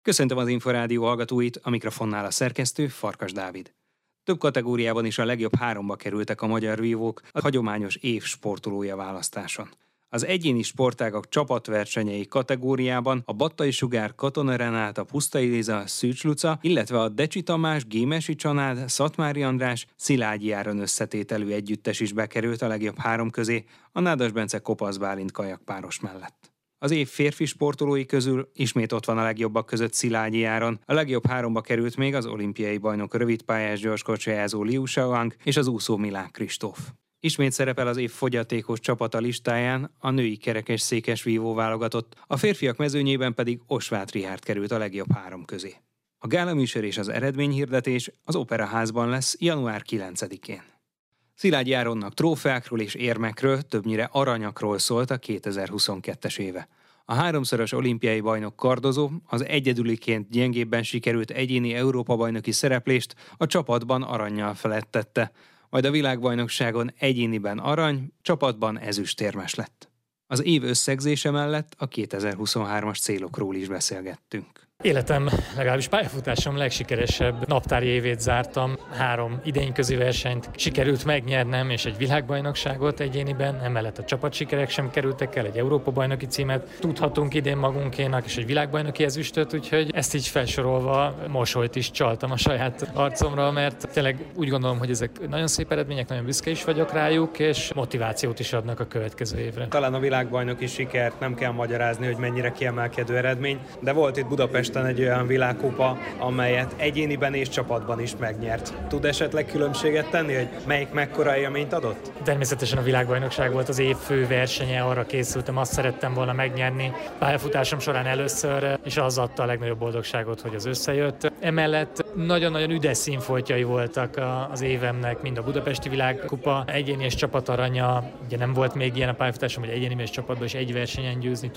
Köszöntöm az Inforádió hallgatóit, a mikrofonnál a szerkesztő Farkas Dávid. Több kategóriában is a legjobb háromba kerültek a magyar vívók a hagyományos év sportolója választáson. Az egyéni sportágak csapatversenyei kategóriában a Battai Sugár, Katona Renáta, Pusztai Liza, Szűcs Luca, illetve a Decsi Tamás, Gémesi Csanád, Szatmári András, Szilágyi Áron összetételű együttes is bekerült a legjobb három közé, a Nádas Bence Kopasz Bálint kajakpáros mellett. Az év férfi sportolói közül ismét ott van a legjobbak között Szilágyi Áron. A legjobb háromba került még az olimpiai bajnok rövidpályás gyorskocsijázó Liu Shaoang és az úszó Milák Kristóf. Ismét szerepel az év fogyatékos csapata listáján a női kerekesszékes vívó válogatott, a férfiak mezőnyében pedig Osváth Richárd került a legjobb három közé. A gálaműsor és az eredményhirdetés az Operaházban lesz január 9-én. Szilágyi Áronnak trófeákról és érmekről, többnyire aranyakról szólt a 2022-es éve. A háromszoros olimpiai bajnok kardozó az egyedüliként gyengébben sikerült egyéni Európa-bajnoki szereplést a csapatban arannyal felettette, majd a világbajnokságon egyéniben arany, csapatban ezüstérmes lett. Az év összegzése mellett a 2023-as célokról is beszélgettünk. Életem, legalábbis pályafutásom legsikeresebb naptári évét zártam. 3 idényközi versenyt sikerült megnyernem, és egy világbajnokságot egyéniben, emellett a csapatsikerek sem kerültek el, egy Európa-bajnoki címet tudhatunk idén magunkénak, és egy világbajnoki ezüstöt, úgyhogy ezt így felsorolva mosolyt is csaltam a saját arcomra, mert tényleg úgy gondolom, hogy ezek nagyon szép eredmények, nagyon büszke is vagyok rájuk, és motivációt is adnak a következő évre. Talán a világbajnoki sikert nem kell magyarázni, hogy mennyire kiemelkedő eredmény, de volt itt Budapesten egy olyan világkupa, amelyet egyéniben és csapatban is megnyert. Tud esetleg különbséget tenni, hogy melyik mekkora élményt adott? Természetesen a világbajnokság volt az év fő versenye, arra készültem, azt szerettem volna megnyerni pályafutásom során először, és az adta a legnagyobb boldogságot, hogy az összejött. Emellett nagyon-nagyon üdes színfoltjai voltak az évemnek, mind a budapesti világkupa, egyéni és csapataranya. Ugye nem volt még ilyen a pályafutásom, hogy egyéni és csapatban is egy versenyen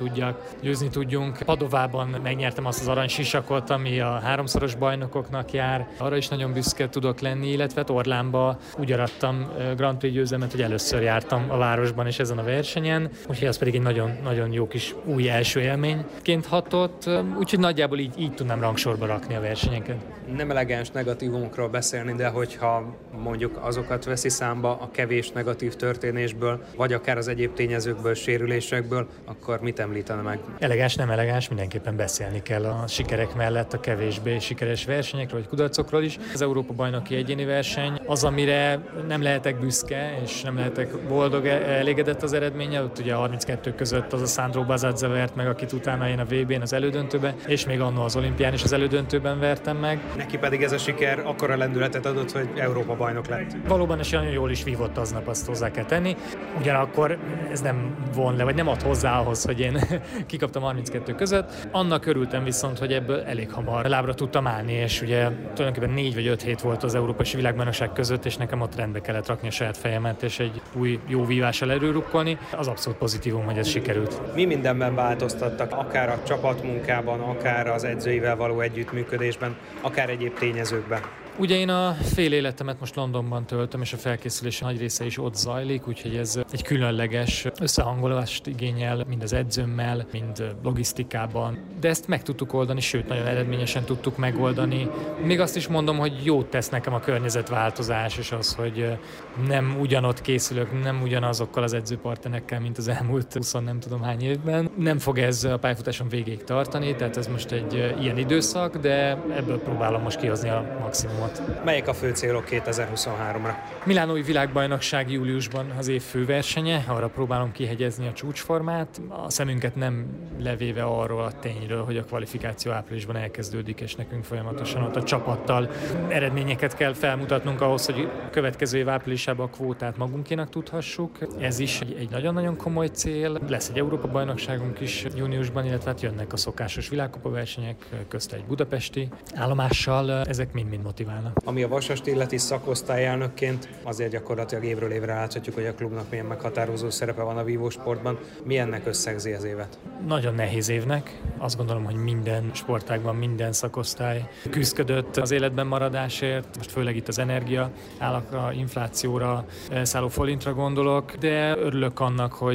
győzni tudjunk. Padovában megnyertem azt az aranysisakot, ami a háromszoros bajnokoknak jár. Arra is nagyon büszke tudok lenni, illetve Orlánba úgy arattam Grand Prix győzelmet, hogy először jártam a városban és ezen a versenyen, úgyhogy az pedig egy nagyon jó kis új első élményként hatott, úgyhogy nagyjából így tudnám rangsorba rakni a versenyeket. Nem elegáns negatívumokról beszélni, de hogyha mondjuk azokat veszi számba a kevés negatív történésből, vagy akár az egyéb tényezőkből, sérülésekből, akkor mit említene meg? Elegáns, nem elegáns, mindenképpen beszélni kell a sikerek mellett a kevésbé sikeres versenyekről, vagy kudarcokról is. Az Európa-bajnoki egyéni verseny az, amire nem lehetek büszke, és nem lehetek boldog, elégedett az eredménnyel. Ott ugye a 32 között az a Sandro Bazadze vert meg, akit utána én a VB-n az elődöntőben, és még annó az olimpián is az elődöntőben vertem meg. Neki pedig ez a siker akkora lendületet adott, hogy Európa-bajnok lett. Valóban, és nagyon jól is vívott aznap, azt hozzá kell tenni. Ugyanakkor ez nem von le, vagy nem ad hozzá ahhoz, hogy én kikaptam 32 között. Annak örültem viszont, hogy ebből elég hamar lábra tudtam állni, és ugye tulajdonképpen 4 vagy 5 hét volt az Európai Világbajnokság között, és nekem ott rendbe kellett rakni a saját fejemet, és egy új jó vívással előrukkolni. Az abszolút pozitívum, hogy ez sikerült. Mi mindenben változtattak, akár a csapatmunkában, akár az edzőivel való együttműködésben, akár egyéb tényezőkben? Ugye én a fél életemet most Londonban töltöm, és a felkészülés nagy része is ott zajlik, úgyhogy ez egy különleges összehangolást igényel, mind az edzőmmel, mind logisztikában. De ezt meg tudtuk oldani, sőt, nagyon eredményesen tudtuk megoldani. Még azt is mondom, hogy jót tesz nekem a környezetváltozás, és az, hogy nem ugyanott készülök, nem ugyanazokkal az edzőpartnerekkel, mint az elmúlt 20 nem tudom hány évben. Nem fog ez a pályafutásom végéig tartani, tehát ez most egy ilyen időszak, de ebből próbálom most kihozni a maximumot. Melyek a fő célok 2023-ra? Milánói világbajnokság júliusban az év főversenye, arra próbálom kihegyezni a csúcsformát, a szemünket nem levéve arról a tényről, hogy a kvalifikáció áprilisban elkezdődik, és nekünk folyamatosan ott a csapattal eredményeket kell felmutatnunk ahhoz, hogy következő év áprilisában a kvótát magunkénak tudhassuk. Ez is egy nagyon-nagyon komoly cél. Lesz egy Európa-bajnokságunk is júniusban, illetve hát jönnek a szokásos világkupaversenyek, közt egy budapesti állomással, ezek mind-mind motiválnak. Ami a Vasast illeti szakosztályelnökként, azért gyakorlatilag évről évre láthatjuk, hogy a klubnak milyen meghatározó szerepe van a vívósportban. Mi ennek összegzi az évet? Nagyon nehéz évnek. Azt gondolom, hogy minden sportágban minden szakosztály küzdködött az életben maradásért. Most főleg itt az energia állakra, inflációra, szálló forintra gondolok, de örülök annak, hogy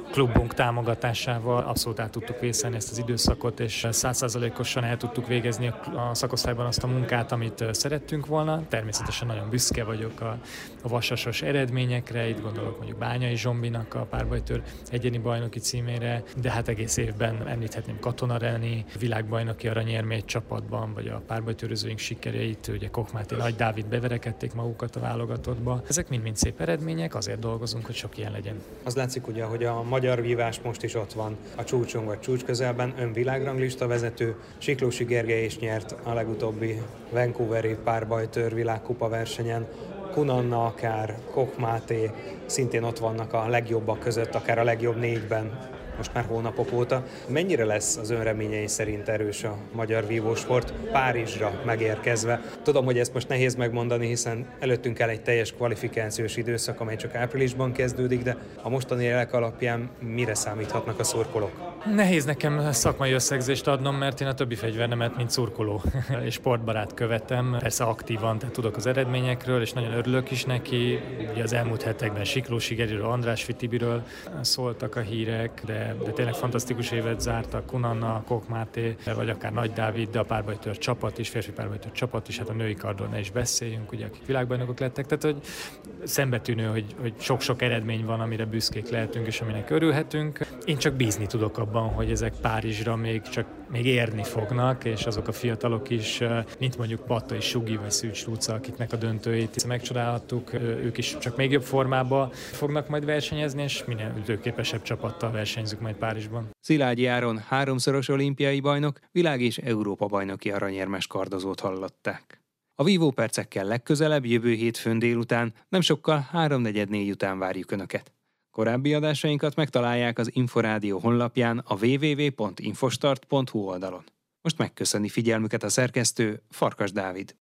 klubunk támogatásával abszolút át tudtuk vészelni ezt az időszakot, és 100%-osan el tudtuk végezni a szakosztályban azt a munkát, amit szerettünk volna. Természetesen nagyon büszke vagyok a vasasos eredményekre, itt gondolok mondjuk Bányai Zsombinak a párbajtőr egyéni bajnoki címére, de hát egész évben említhetném Katona Reni világbajnoki aranyérmét csapatban, vagy a párbajtőrözőink sikereit, ugye Koch Máté, Nagy Dávid beverekedték magukat a válogatottba. Ezek mind-mind szép eredmények, azért dolgozunk, hogy sok ilyen legyen. Az látszik ugye, hogy a magyar vívás most is ott van a csúcson vagy csúcs közelben, ön világranglista vezető, Siklósi Gergely is nyert a legutóbbi Vancouveri párbajtőr világkupa versenyen, Kunanna akár, Koch Máté szintén ott vannak a legjobbak között, akár a legjobb 4-ben, most már hónapok óta. Mennyire lesz az ön reményei szerint erős a magyar vívósport Párizsra megérkezve? Tudom, hogy ezt most nehéz megmondani, hiszen előttünk áll egy teljes kvalifikációs időszak, amely csak áprilisban kezdődik, de a mostani jelek alapján mire számíthatnak a szurkolók? Nehéz nekem szakmai összegzést adnom, mert én a többi fegyvernemet, mint szurkoló és sportbarát követem. Persze aktívan, tehát tudok az eredményekről, és nagyon örülök is neki. Ugye az elmúlt hetekben Siklósi Geriről, András Fitibiről szóltak a hírek, de tényleg fantasztikus évet zártak Kunanna, Koch Máté, vagy akár Nagy Dávid, de a párbajtőr csapat is, férfi párbajtőr csapat is, hát a női kardról ne is beszéljünk, ugye, akik világbajnokok lettek. Tehát, hogy szembetűnő, hogy sok-sok eredmény van, amire büszkék lehetünk, és aminek örülhetünk. Én csak bízni tudok abban, hogy ezek Párizsra még érni fognak, és azok a fiatalok is, mint mondjuk Battai Sugi vagy Szűcs Luca, akiknek a döntőit megcsodálhattuk, ők is csak még jobb formában fognak majd versenyezni, és minél ütőképesebb csapattal versenyzünk majd Párizsban. Szilágyi Áron 3-szoros olimpiai bajnok, világ- és Európa-bajnoki aranyérmes kardozót hallották. A vívópercekkel legközelebb jövő hétfőn délután, nem sokkal 3:44 után várjuk Önöket. Korábbi adásainkat megtalálják az Inforádió honlapján a www.infostart.hu oldalon. Most megköszöni figyelmüket a szerkesztő, Farkas Dávid.